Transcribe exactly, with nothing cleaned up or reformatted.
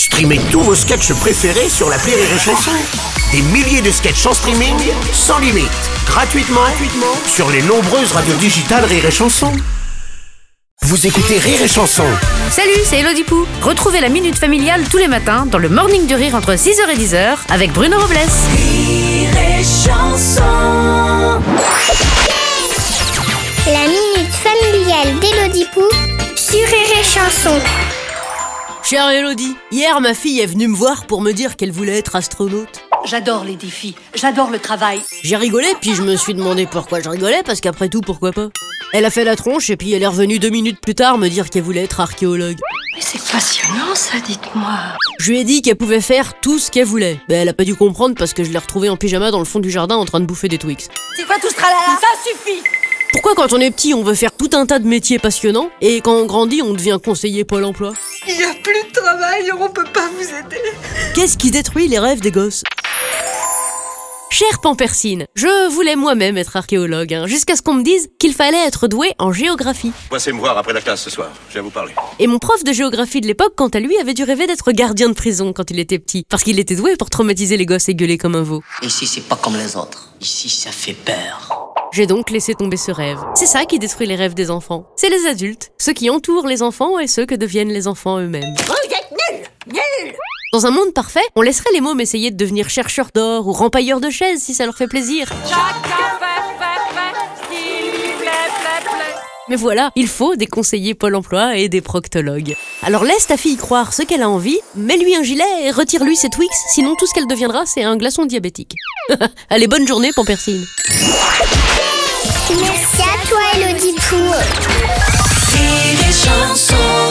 Streamez tous vos sketchs préférés sur l'appli Rire et Chanson. Des milliers de sketchs en streaming, sans limite, gratuitement, gratuitement sur les nombreuses radios digitales Rire et Chanson. Vous écoutez Rire et Chanson. Salut, c'est Elodie Pou. Retrouvez la Minute Familiale tous les matins dans le Morning du Rire entre six heures et dix heures avec Bruno Robles. Rire et Chanson. La Minute Familiale d'Elodie Pou sur Rire et Chanson. Chère Elodie, hier ma fille est venue me voir pour me dire qu'elle voulait être astronaute. J'adore les défis, j'adore le travail. J'ai rigolé, puis je me suis demandé pourquoi je rigolais, parce qu'après tout, pourquoi pas. Elle a fait la tronche et puis elle est revenue deux minutes plus tard me dire qu'elle voulait être archéologue. Mais c'est passionnant ça, dites-moi. Je lui ai dit qu'elle pouvait faire tout ce qu'elle voulait. Ben, elle a pas dû comprendre parce que je l'ai retrouvée en pyjama dans le fond du jardin en train de bouffer des Twix. C'est quoi tout ce tralala? Ça suffit. Pourquoi quand on est petit, on veut faire tout un tas de métiers passionnants et quand on grandit, on devient conseiller Pôle emploi? Il n'y a plus de travail, on peut pas vous aider. Qu'est-ce qui détruit les rêves des gosses? Chère Pampersine, je voulais moi-même être archéologue, hein, jusqu'à ce qu'on me dise qu'il fallait être doué en géographie. Passez me voir après la classe ce soir, je vais vous parler. Et mon prof de géographie de l'époque, quant à lui, avait dû rêver d'être gardien de prison quand il était petit, parce qu'il était doué pour traumatiser les gosses et gueuler comme un veau. Ici, c'est pas comme les autres. Ici, ça fait peur. J'ai donc laissé tomber ce rêve. C'est ça qui détruit les rêves des enfants. C'est les adultes, ceux qui entourent les enfants et ceux que deviennent les enfants eux-mêmes. Vous êtes nuls, nuls. Dans un monde parfait, on laisserait les mômes essayer de devenir chercheurs d'or ou rempailleurs de chaises si ça leur fait plaisir. Chacun fait, fait, fait, ce qui lui plaît, plaît, plaît. Mais voilà, il faut des conseillers Pôle emploi et des proctologues. Alors laisse ta fille croire ce qu'elle a envie, mets-lui un gilet et retire-lui ses Twix, sinon tout ce qu'elle deviendra, c'est un glaçon diabétique. Allez, bonne journée, Pampersine. Merci à toi, Elodie Pou. Rire et Chanson.